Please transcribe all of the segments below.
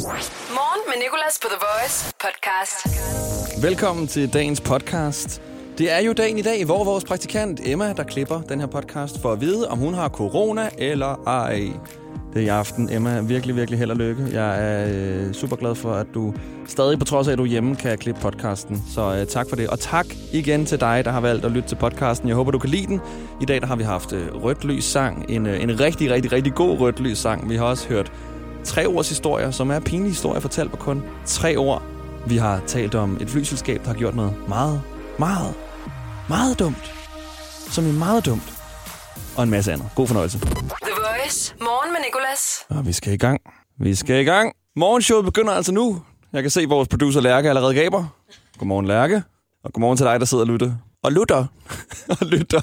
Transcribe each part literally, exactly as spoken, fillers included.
Morgen med Nicolas på The Voice podcast. Velkommen til dagens podcast. Det er jo dagen i dag, hvor vores praktikant Emma, der klipper den her podcast, for at vide, om hun har corona eller ej. Det er i aften. Emma, virkelig, virkelig held og lykke. Jeg er øh, super glad for, at du stadig, på trods af, at du er hjemme, kan klippe podcasten. Så øh, tak for det. Og tak igen til dig, der har valgt at lytte til podcasten. Jeg håber, du kan lide den. I dag der har vi haft øh, rødt lys sang. En, øh, en rigtig, rigtig, rigtig god rødt lys sang. Vi har også hørt tre års historier, som er pinlige historier, fortalt på kun tre år. Vi har talt om et flyselskab, der har gjort noget meget, meget, meget dumt. Som er meget dumt. Og en masse andet. God fornøjelse. The Voice. Morgen med Nicolas. Og vi skal i gang. Vi skal i gang. Morgenshowet begynder altså nu. Jeg kan se, at vores producer Lærke allerede gaber. Godmorgen, Lærke. Og godmorgen til dig, der sidder og lytter. Og lytter. og lytter.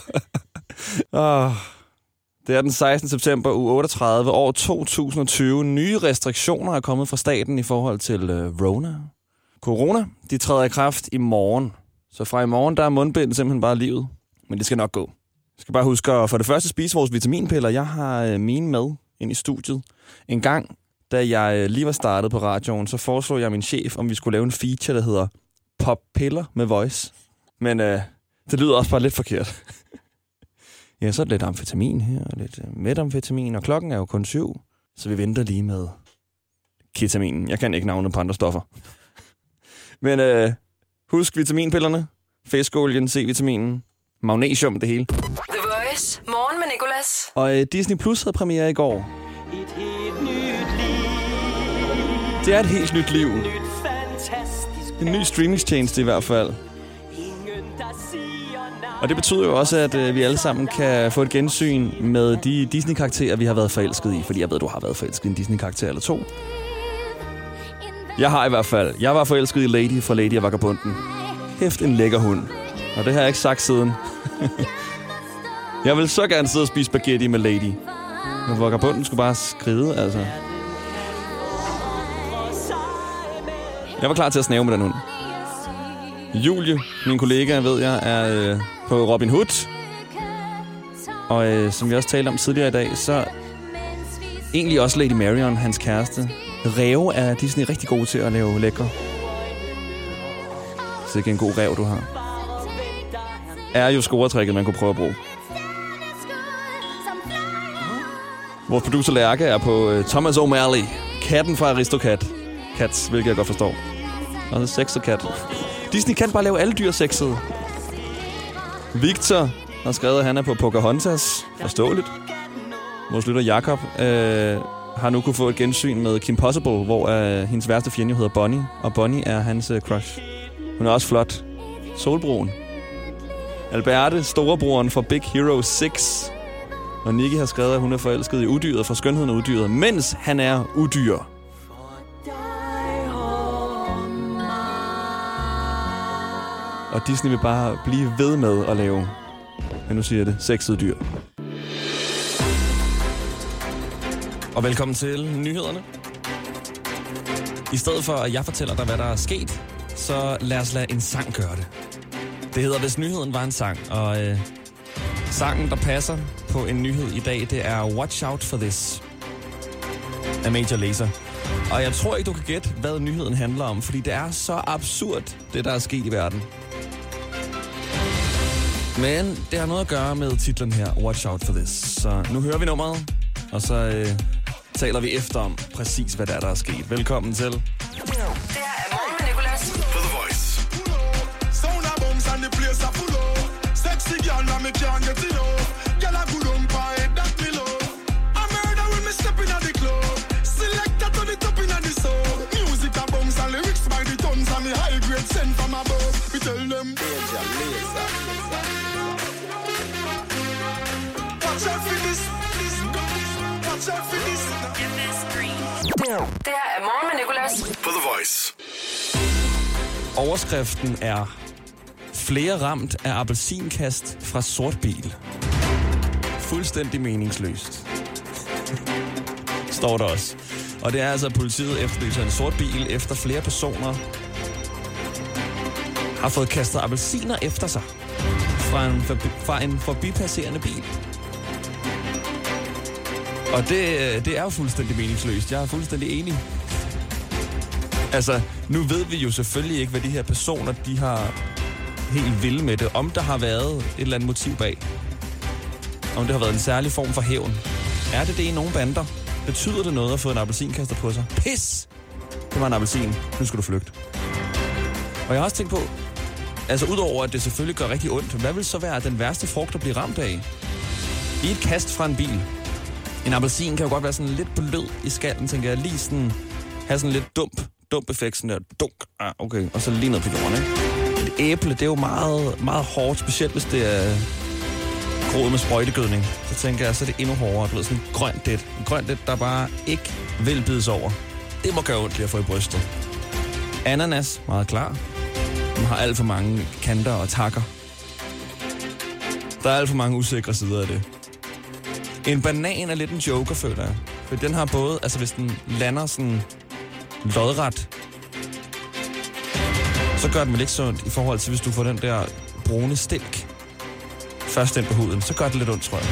oh. Det er den sekstende september, uge otteogtredive, år to tusind og tyve. Nye restriktioner er kommet fra staten i forhold til uh, Rona. Corona, de træder i kraft i morgen. Så fra i morgen, der er mundbind simpelthen bare livet. Men det skal nok gå. Jeg skal bare huske at for det første spise vores vitaminpiller. Jeg har uh, mine med ind i studiet. En gang, da jeg uh, lige var startet på radioen, så foreslog jeg min chef, om vi skulle lave en feature, der hedder Pop-piller med voice. Men uh, det lyder også bare lidt forkert. Ja, så er det lidt amfetamin her, og lidt metamfetamin, og klokken er jo kun syv, så vi venter lige med ketaminen. Jeg kan ikke navnet på andre stoffer. Men øh, husk vitaminpillerne, fiskeolien, C-vitaminen, magnesium, det hele. The Voice. Morgen med Nicolas. Og øh, Disney Plus havde premiere i går. Et helt nyt liv. Det er et helt nyt liv. Nyt fantastisk. En ny streamingstjeneste i hvert fald. Ingen, der siger nej. Og det betyder jo også, at øh, vi alle sammen kan få et gensyn med de Disney-karakterer, vi har været forelsket i. Fordi jeg ved, du har været forelsket i en Disney-karakter eller to. Jeg har i hvert fald. Jeg var forelsket i Lady fra Lady og Vagabunden. Hæft en lækker hund. Og det har jeg ikke sagt siden. Jeg vil så gerne sidde og spise spaghetti med Lady. Men Vagabunden skulle bare skride, altså. Jeg var klar til at snæve med den hund. Julie, min kollega, ved jeg, er øh, på Robin Hood. Og øh, som vi også talte om tidligere i dag, så egentlig også Lady Marion, hans kæreste. Ræve er Disney rigtig gode til at lave lækre. Så det er en god ræv, du har. Er jo scoretrækket, man kunne prøve at bruge. Vores producer Lærke er på uh, Thomas O'Malley. Katten fra Aristocat. Cats, hvilket jeg godt forstår. Og det er sexet kat. Disney kan bare lave alle dyr sexede. Victor har skrevet, at han er på Pocahontas. Forståeligt. Vores lytter Jakob øh, har nu kunne få et gensyn med Kim Possible, hvor øh, hendes værste fjende hedder Bonnie. Og Bonnie er hans øh, crush. Hun er også flot. Solbrun. Alberte, storebroren fra Big Hero seks. Og Nicky har skrevet, at hun er forelsket i udyret fra Skønheden og Udyret, mens han er udyr. Og Disney vil bare blive ved med at lave, men nu siger jeg det, sexede dyr. Og velkommen til nyhederne. I stedet for, at jeg fortæller dig, hvad der er sket, så lad os lade en sang gøre det. Det hedder, hvis nyheden var en sang, og øh, sangen, der passer på en nyhed i dag, det er Watch Out For This af Major Lazer. Og jeg tror ikke, du kan gætte, hvad nyheden handler om, fordi det er så absurd, det der er sket i verden. Men det har noget at gøre med titlen her, Watch Out For This. Så nu hører vi nummeret, og så øh, taler vi efter om præcis, hvad der er, der er sket. Velkommen til. Det her er Morgen med Nicolas. For The Voice. Sound of bombs and the place are full of sexy girl and me can't get enough. Girl a good on pie that me love. I murder when me step in at the club. Select that to the top in at the soul. Music a bombs and lyrics by the tons and me high grade sent from above. We tell them Major Lazer. Watch out for this. Watch out for this. Det her er Morgen med Nicolas. For The Voice. Overskriften er flere ramt af appelsinkast fra sort bil. Fuldstændig meningsløst. Står der også. Og det er altså, at politiet efterlyser en sort bil, efter flere personer har fået kastet appelsiner efter sig fra en, forbi, fra en forbipasserende bil. Og det, det er jo fuldstændig meningsløst. Jeg er fuldstændig enig. Altså, nu ved vi jo selvfølgelig ikke, hvad de her personer, de har helt vilde med det. Om der har været et eller andet motiv bag. Om det har været en særlig form for hævn. Er det det i nogle bander? Betyder det noget at få en appelsin kastet på sig? Pis! Det var en appelsin. Nu skal du flygte. Og jeg har også tænkt på, altså udover at det selvfølgelig gør rigtig ondt, hvad vil så være den værste frugt at blive ramt af? I et kast fra en bil. En appelsin kan jo godt være sådan lidt blød i skallen, tænker jeg. Lige sådan, have sådan lidt dump, dump effekt, sådan der dunk. Ah, okay, og så lige noget på jorden, ikke? Et æble, det er jo meget, meget hårdt, specielt hvis det er groet med sprøjtegødning. Så tænker jeg, så er det endnu hårdere. Du ved, sådan grønt det. Grønt det, der bare ikke vil bides over. Det må gøre ondt lige at få i brystet. Ananas, meget klar. Den har alt for mange kanter og takker. Der er alt for mange usikre sider af det. En banan er lidt en joker, føler jeg. For den har både, altså hvis den lander sådan lodret, så gør den vel ikke så ondt i forhold til, hvis du får den der brune stilk først ind på huden. Så gør det lidt ondt, tror jeg.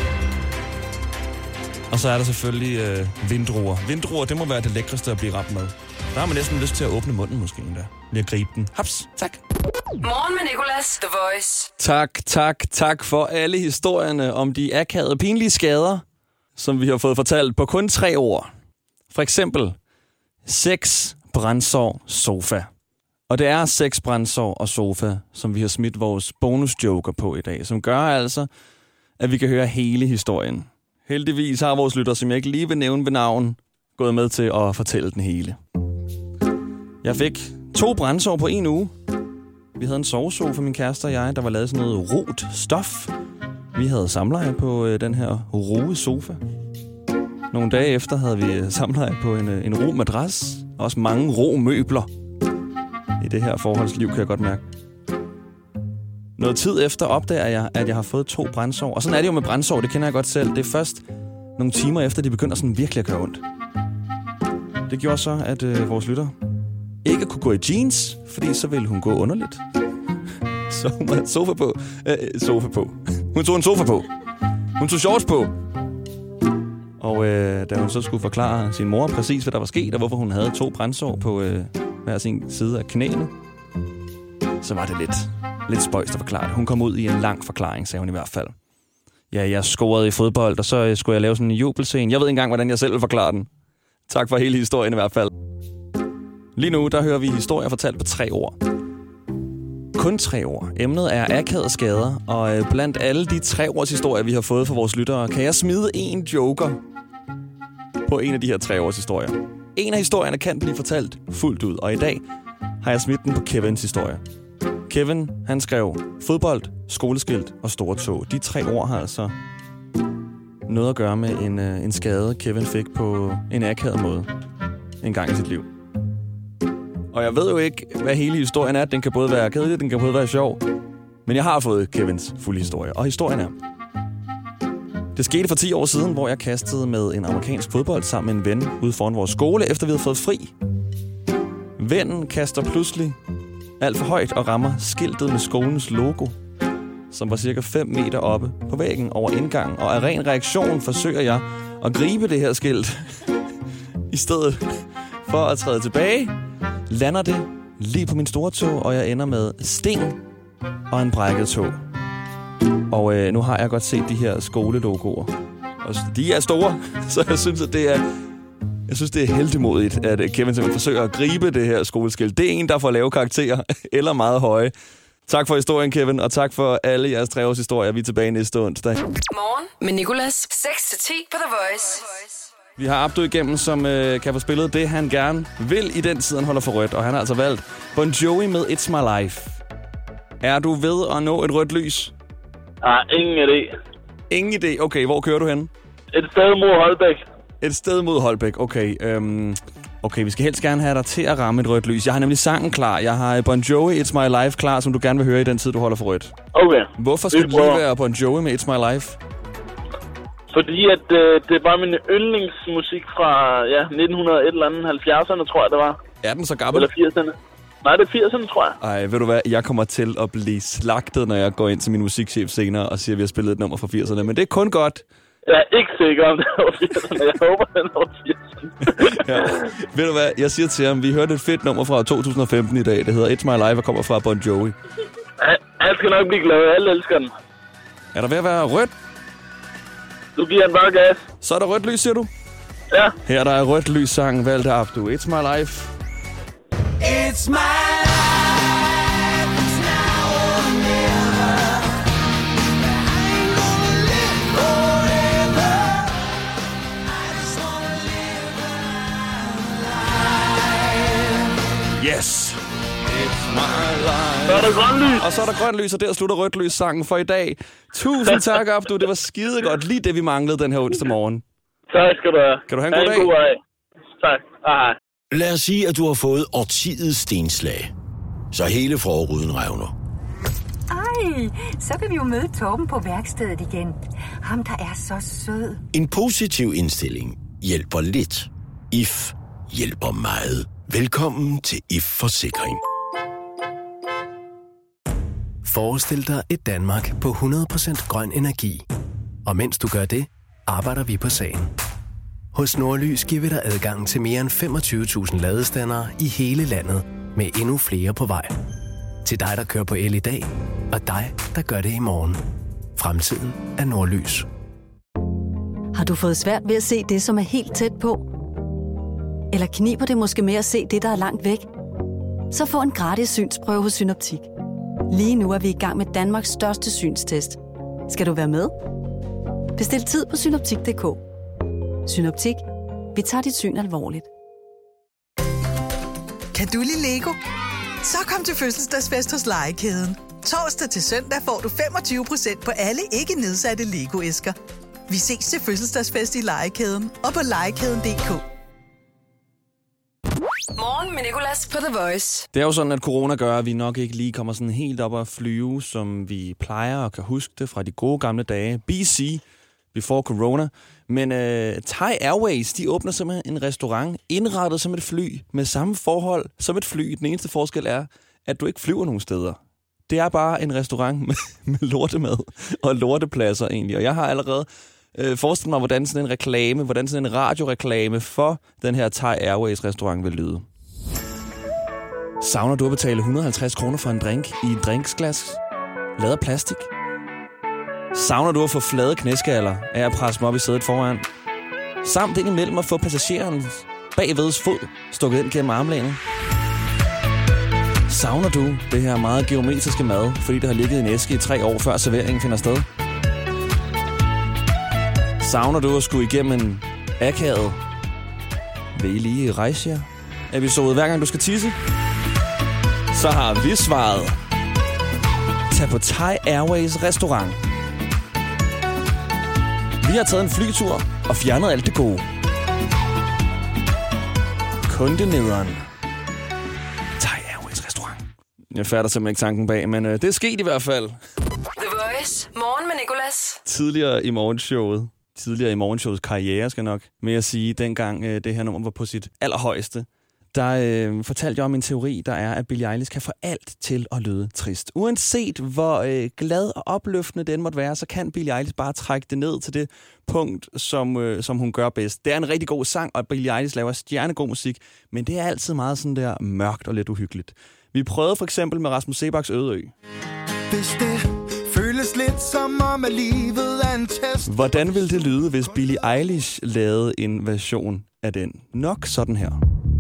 Og så er der selvfølgelig øh, vindruer. Vindruer, det må være det lækreste at blive ramt med. Der har man næsten lyst til at åbne munden måske endda. Lige at gribe den. Haps, tak. Morgen med Nicolas, The Voice. Tak, tak, tak for alle historierne om de akavede pinlige skader, som vi har fået fortalt på kun tre ord. For eksempel, seks brændsår sofa. Og det er seks brændsår og sofa, som vi har smidt vores bonusjoker på i dag, som gør altså, at vi kan høre hele historien. Heldigvis har vores lytter, som jeg ikke lige vil nævne ved navn, gået med til at fortælle den hele. Jeg fik to brændsår på en uge. Vi havde en sovesofa, min kæreste og jeg, der var lavet sådan noget rot stof. Vi havde samleje på øh, den her roede sofa. Nogle dage efter havde vi samleje på en, en ro madras. Også mange ro møbler. I det her forholdsliv, kan jeg godt mærke. Noget tid efter opdager jeg, at jeg har fået to brændsår. Og sådan er det jo med brændsår, det kender jeg godt selv. Det er først nogle timer efter, de begynder sådan virkelig at gøre ondt. Det gjorde så, at øh, vores lytter ikke kunne gå i jeans, fordi så ville hun gå underligt. Så hun havde en sofa på. Øh, sofa på. Hun tog en sofa på. Hun tog shorts på. Og øh, da hun så skulle forklare sin mor præcis, hvad der var sket, og hvorfor hun havde to brændsår på øh, hver sin side af knæene, så var det lidt, lidt spøjst at forklare det. Hun kom ud i en lang forklaring, sagde hun i hvert fald. Ja, jeg scorede i fodbold, og så øh, skulle jeg lave sådan en jubelscene. Jeg ved ikke engang, hvordan jeg selv vil forklare den. Tak for hele historien i hvert fald. Lige nu, der hører vi historier fortalt på tre ord. Kun tre ord. Emnet er akavede skader, og blandt alle de tre års historier, vi har fået fra vores lyttere, kan jeg smide en joker på en af de her tre års historier. En af historierne kan blive fortalt fuldt ud, og i dag har jeg smidt den på Kevins historie. Kevin, han skrev fodbold, skoleskilt og store tog. De tre ord har altså noget at gøre med en, en skade, Kevin fik på en akavet måde en gang i sit liv. Og jeg ved jo ikke, hvad hele historien er. Den kan både være kedelig, den kan både være sjov. Men jeg har fået Kevins fulde historie. Og historien er: det skete for ti år siden, hvor jeg kastede med en amerikansk fodbold sammen med en ven ude foran vores skole, efter vi havde fået fri. Vennen kaster pludselig alt for højt og rammer skiltet med skolens logo, som var cirka fem meter oppe på væggen over indgangen. Og af ren reaktion forsøger jeg at gribe det her skilt. I stedet for at træde tilbage, lander det lige på min store tog, og jeg ender med sting og en brækket tog. Og øh, nu har jeg godt set de her skolelogoer. Og de er store, så jeg synes, at det er, jeg synes, det er heltemodigt, at Kevin simpelthen forsøger at gribe det her skoleskilt. Det er en, der får lave karakterer, eller meget høje. Tak for historien, Kevin, og tak for alle jeres tre års historier. Vi er tilbage næste onsdag. Morgen med Nicolas. seks til ti på The Voice. Vi har Abdu igennem, som øh, kan få spillet det, han gerne vil i den tid, han holder for rødt. Og han har altså valgt Bon Jovi med It's My Life. Er du ved at nå et rødt lys? Nej, ingen idé. Ingen idé. Okay, hvor kører du hen? Et sted mod Holbæk. Et sted mod Holbæk, okay. Øhm, okay, vi skal helst gerne have dig til at ramme et rødt lys. Jeg har nemlig sangen klar. Jeg har Bon Jovi, It's My Life klar, som du gerne vil høre i den tid, du holder for rødt. Okay. Hvorfor skal det lige være Bon Jovi med It's My Life? Fordi at øh, det var min yndlingsmusik fra ja, nitten halvfjerdserne, tror jeg, det var. Er den så gammel? Eller firserne. Nej, det er firserne, tror jeg. Ej, ved du hvad? Jeg kommer til at blive slagtet, når jeg går ind til min musikchef senere og siger, at vi har spillet et nummer fra firserne. Men det er kun godt. Jeg er ikke sikker, om det var firserne. Jeg håber, det var firserne. Ja. Ved du hvad, jeg siger til ham, vi hørte et fedt nummer fra to tusind og femten i dag. Det hedder It's My Life og kommer fra Bon Jovi. Han, han skal nok blive glad. Alle elsker den. Er der ved at være rødt? Du giver han bare gas. Så er der rødt lys, siger du? Ja. Her der er rødt lys sang valgt af Abdu. It's My Life. It's my life, it's now or never. I ain't gonna live forever. I just wanna live my life. Yes! It's my life. Så er der grønt lys. Og så er der grønt lys, og der slutter rødt lys sangen for i dag. Tusind tak, Abdu. Det var skide godt. Lige det, vi manglede den her onsdag morgen. Tak skal du have. Kan du have en god dag? God dag. Tak. Hej. Lad os sige, at du har fået årtidets stenslag. Så hele forruden revner. Ej, så kan vi jo møde Torben på værkstedet igen. Ham, der er så sød. En positiv indstilling hjælper lidt. I F hjælper meget. Velkommen til I F Forsikring. Forestil dig et Danmark på hundrede procent grøn energi. Og mens du gør det, arbejder vi på sagen. Hos Nordlys giver vi dig adgang til mere end femogtyve tusind ladestandere i hele landet, med endnu flere på vej. Til dig, der kører på el i dag, og dig, der gør det i morgen. Fremtiden er Nordlys. Har du fået svært ved at se det, som er helt tæt på? Eller kniber det måske med at se det, der er langt væk? Så få en gratis synsprøve hos Synoptik. Lige nu er vi i gang med Danmarks største synstest. Skal du være med? Bestil tid på synoptik punktum d k. Synoptik. Vi tager dit syn alvorligt. Kan du lide Lego? Så kom til fødselsdagsfest hos Legekæden. Torsdag til søndag får du femogtyve procent på alle ikke nedsatte Lego-æsker. Vi ses til fødselsdagsfest i Legekæden og på legekæden punktum d k. Morgen med Nicolas på The Voice. Det er jo sådan, at corona gør, at vi nok ikke lige kommer sådan helt op at flyve, som vi plejer og kan huske det fra de gode gamle dage. B C, before corona. Men uh, Thai Airways, de åbner simpelthen en restaurant indrettet som et fly, med samme forhold som et fly. Den eneste forskel er, at du ikke flyver nogen steder. Det er bare en restaurant med, med lortemad og lortepladser egentlig. Og jeg har allerede øh, forestillet mig, hvordan sådan en reklame, hvordan sådan en radioreklame for den her Thai Airways restaurant vil lyde. Savner du at betale et hundrede og halvtreds kroner for en drink i et drinksglas lavet af plastik? Savner du at få flade knæskaller af at presse dem op i sædet foran? Samt indimellem at få passageren bagveds fod stukket ind gennem armlænet? Savner du det her meget geometriske mad, fordi det har ligget i en æske i tre år før serveringen finder sted? Savner du at skulle igennem en akavet vil I lige rejse jer episode hver gang du skal tisse? Så har vi svaret. Tag på Thai Airways restaurant. Vi har taget en flytur og fjernet alt det gode. Kun det nederen. Thai Airways restaurant. Jeg fatter simpelthen ikke tanken bag, men øh, det er sket i hvert fald. The Voice. Morgen med Nicolas. Tidligere i morgenshowet, tidligere i morgenshowets karriere, skal nok med at sige, dengang øh, det her nummer var på sit allerhøjeste, der øh, fortalte jeg om en teori, der er, at Billie Eilish kan få alt til at lyde trist. Uanset hvor øh, glad og opløftende den måtte være, så kan Billie Eilish bare trække det ned til det punkt, som, øh, som hun gør bedst. Det er en rigtig god sang, og Billie Eilish laver stjernegod musik, men det er altid meget sådan der mørkt og lidt uhyggeligt. Vi prøvede for eksempel med Rasmus Seebachs Ødeø. Hvis det føles lidt som om, at livet er en test. Hvordan ville det lyde, hvis Billie Eilish lavede en version af den? Nok sådan her.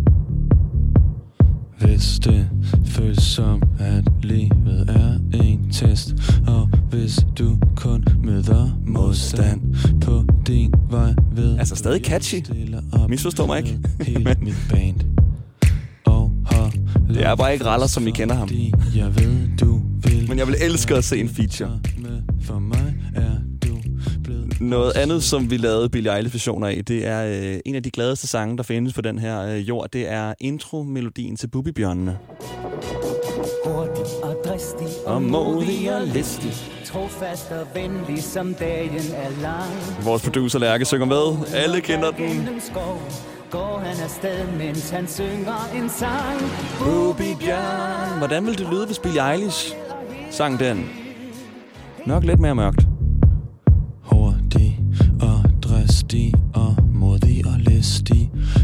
Hvis det føles som, at livet er en test, og hvis du kun møder modstand på din vej ved... Altså stadig catchy. Misforstår mig ikke. Hele mit band. Og det er bare ikke raller, som I kender ham. Jeg ved, du vil. Men jeg vil elske at se en feature. For mig er du blevet... Noget andet, som vi lavede Billie Eilish-versioner af, det er øh, en af de gladeste sange, der findes på den her øh, jord. Det er intro-melodien til Bubibjørnene. Hurtig og dristig og modig og listig. Trofast og venlig, som dagen er lang. Vores producer Lærke synger med. Alle kender den. Går han afsted, mens han synger en sang. Bubibjørn. Hvordan ville det lyde, hvis Billie Eilish sang den? Nok lidt mere mørkt. Hurtig og dristig og modig og listig.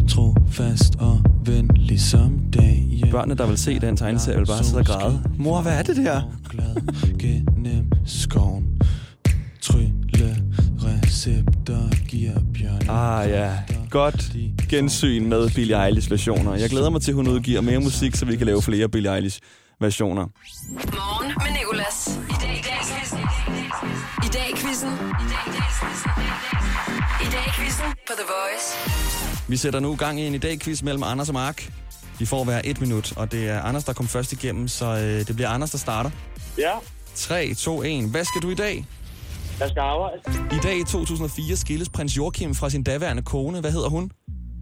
Børnene, der vil se den tegneserie, vil bare sidde og græde. Mor, hvad er det der? Gennem skoven. Trylle recepter giver bjørne. Ah ja, godt gensyn med Billie Eilish versioner. Jeg glæder mig til, at hun udgiver mere musik, så vi kan lave flere Billie Eilish versioner. Morgen med Nicolas. I dag i dag quizzen. I dag i quizzen. I dag i quizzen på The Voice. Vi sætter nu gang i en i dag quiz mellem Anders og Mark. De får hver et minut, og det er Anders, der kom først igennem, så øh, det bliver Anders, der starter. Ja. tre, to, et. Hvad skal du i dag? Jeg skal arbejde. I dag i to tusind og fire skilles prins Joachim fra sin daværende kone. Hvad hedder hun?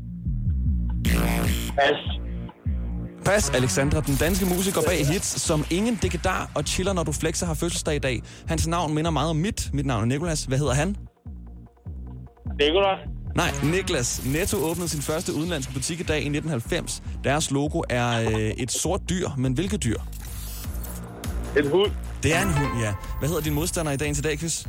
Pas. Pas, Alexandra, den danske musiker bag hits som Ingen, Digedar og Chiller, når du flexer, har fødselsdag i dag. Hans navn minder meget om mit. Mit navn er Nicolas. Hvad hedder han? Nicolas. Nej, Niklas. Netto åbnede sin første udenlandske butik i dag i nitten halvfems. Deres logo er øh, et sort dyr, men hvilket dyr? En hund. Det er en hund, ja. Hvad hedder din modstander i dagens i dag, quiz?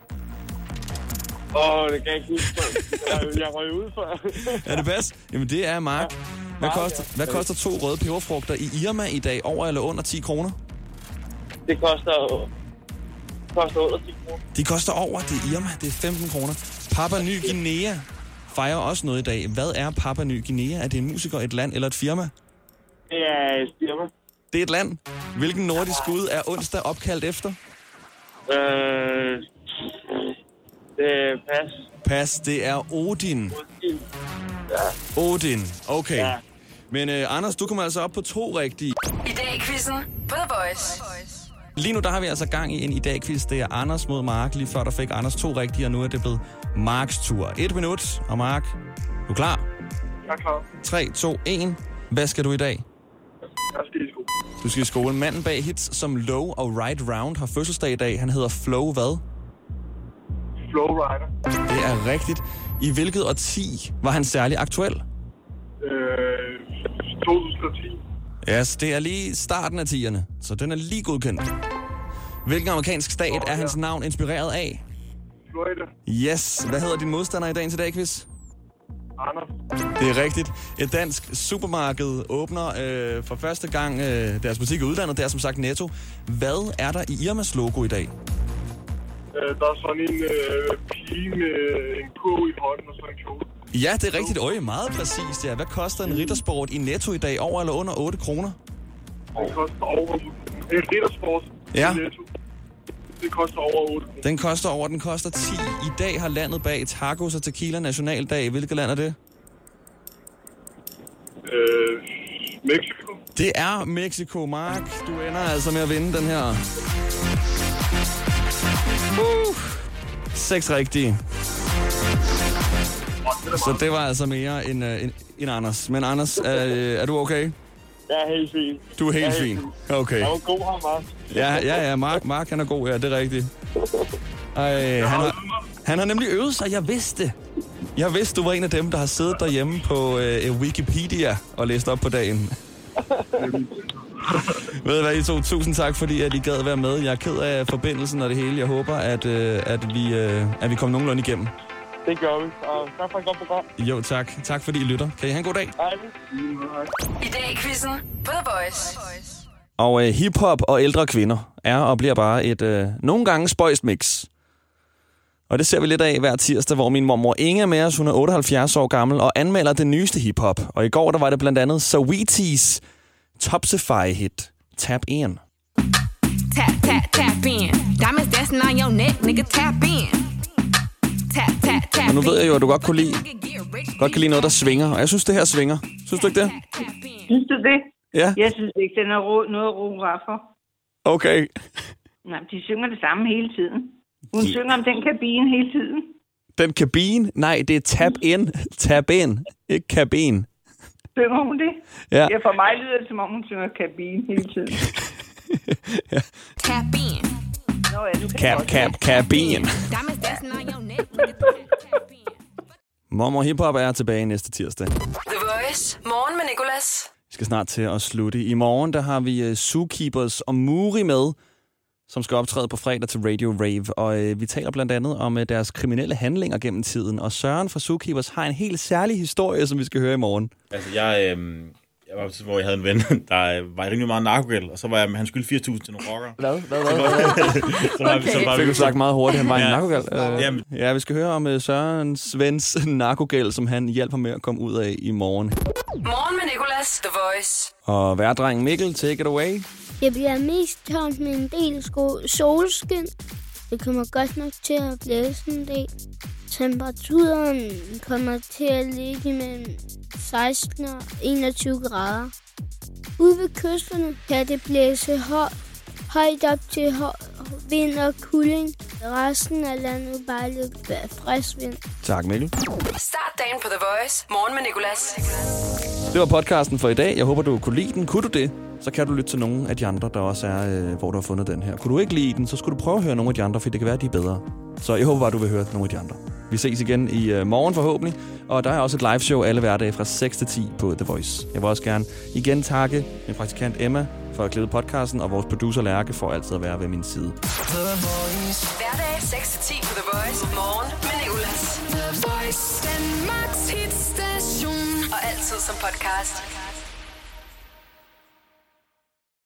Åh, oh, det kan jeg ikke huske. Jeg, jeg røg ud for. Er det pas? Jamen, det er Mark. Hvad koster, hvad koster to røde peberfrugter i Irma i dag? Over eller under ti kroner? Det koster, det koster under ti kroner. De koster over, det er Irma. Det er femten kroner. Papua Ny Guinea fejrer også noget i dag. Hvad er Papua Ny Guinea? Er det en musiker, et land eller et firma? Det er et firma. Det er et land. Hvilken nordisk gud er onsdag opkaldt efter? Øh, det er pas. Pas, det er Odin. Odin. Ja. Odin, okay. Ja. Men uh, Anders, du kommer altså op på to rigtige. I dag i quizzen på The Voice. Lige nu der har vi altså gang i en i dag quiz. Det er Anders mod Mark. Lige før der fik Anders to rigtige, og nu er det blevet Marks tur. Et minut, og Mark, du er klar? Jeg er klar. tre, to, et. Hvad skal du i dag? Jeg skal i skole. Du skal i skole. Manden bag hits som Low og Right Round har fødselsdag i dag. Han hedder Flow hvad? Flowrider. Det er rigtigt. I hvilket årti var han særlig aktuel? Øh, to tusind og ti. Ja, yes, det er lige starten af tierne, så den er lige godkendt. Hvilken amerikansk stat oh, er hans ja. navn inspireret af? Florida. Yes. Hvad hedder din modstander i dagens i dag, quiz? Anders. Det er rigtigt. Et dansk supermarked åbner øh, for første gang øh, deres butik i udlandet. Det er som sagt Netto. Hvad er der i Irmas logo i dag? Øh, der er sådan en øh, pige med en kurv i hånden og sådan en kjole. Ja, det er rigtigt. Øje, meget præcist. Ja. Hvad koster en Rittersport i Netto i dag? Over eller under otte kroner? Det koster over... En Rittersport ja. i Netto. Det koster over otte kroner. Den koster over, den koster ti. I dag har landet bag tacos og tequila nationaldag. Hvilket land er det? Øh, Mexico. Det er Mexico, Mark. Du ender altså med at vinde den her. Uh, seks rigtige. Så det var altså mere end, uh, end, end Anders. Men Anders, uh, er du okay? Jeg er helt fin. Du er helt er fin? Helt okay. Jeg var god her, Mark. Ja, ja, ja. Mark, Mark han er god, ja, det er rigtigt. Ej, han, har, han har nemlig øvet sig, jeg vidste det. Jeg vidste, du var en af dem, der har siddet derhjemme på uh, Wikipedia og læst op på dagen. Ved du hvad, I to? Tusind tak, fordi at I gad være med. Jeg er ked af forbindelsen og det hele. Jeg håber, at, øh, at, vi, øh, at vi kommer nogenlunde igennem. Det gør vi. Og tak for et godt program. Jo, tak. Tak fordi I lytter. Kan I have en god dag? Hej. I dag i quizzen på The Voice. Og øh, hiphop og ældre kvinder er og bliver bare et øh, nogle gange spøjst mix. Og det ser vi lidt af hver tirsdag, hvor min mormor Inge er med os. Hun er otteoghalvfjerds år gammel og anmelder det nyeste hiphop. Og i går der var det blandt andet Saweetie's Topsify-hit, Tap In. Tap, tap, tap in. Diamonds dancing on your neck, nigga, tap in. Tap, tap, tap. Og nu ved jeg jo, at du godt kunne lide, godt kan lide noget, der svinger. Og jeg synes, det her svinger. Synes du ikke det? Synes du det? Ja. Jeg synes ikke, den er ro- noget ro raffer. Okay. Nej, de synger det samme hele tiden. Hun yeah. synger om den kabine hele tiden. Den kabine? Nej, det er tap in. Tap in. Ikke kabine. Synger hun det? Ja. Ja, for mig lyder det, som om hun synger kabine hele tiden. ja. Kabine. Nå ja, du kan Cap, cap, kabine. Mormor Hiphop er tilbage næste tirsdag. The Voice. Morgen med Nicolas. Vi skal snart til at slutte. I morgen der har vi uh, Zookeepers og Muri med, som skal optræde på fredag til Radio Rave. Og øh, vi taler blandt andet om øh, deres kriminelle handlinger gennem tiden. Og Søren fra Zookeepers har en helt særlig historie, som vi skal høre i morgen. Altså, jeg, øh, Jeg var hvor jeg havde en ven, der var rimelig meget narkogæld, og så var jeg, han skyldte fire tusind til nogle rockere. Hvad? Hvad? Hvad? Okay. Fik du sagt meget hurtigt, han var ja. en narkogæld. Uh, ja, vi skal høre om uh, Søren Svens narkogæld, som han hjælper med at komme ud af i morgen. Morgen med Nicolas, The Voice. Og værdrengen Mikkel, take it away. Jeg bliver mest tørt med en del sko- solskin. Det kommer godt nok til at blæse en del. Temperaturen kommer til at ligge mellem seksten og enogtyve grader. Ude ved kysterne kan det blæse høj, højt op til høj, vind og kuling. Resten af landet bare lidt frisk vind. Tak, Mikkel. Start dagen på The Voice. Morgen med Nicolas. Det var podcasten for i dag. Jeg håber, du kunne lide den. Kunne du det, så kan du lytte til nogle af de andre, der også er, øh, hvor du har fundet den her. Kunne du ikke lide den, så skulle du prøve at høre nogle af de andre, for det kan være, de er bedre. Så jeg håber bare, du vil høre nogle af de andre. Vi ses igen i øh, morgen forhåbentlig. Og der er også et live show alle hverdage fra seks til ti på The Voice. Jeg vil også gerne igen takke min praktikant Emma for at klippe podcasten, og vores producer Lærke for altid at være ved min side. The Voice. Hverdag seks til ti på The Voice. Morgen med Nicolas. The Voice. Danmarks hitstation. Og altid som podcast.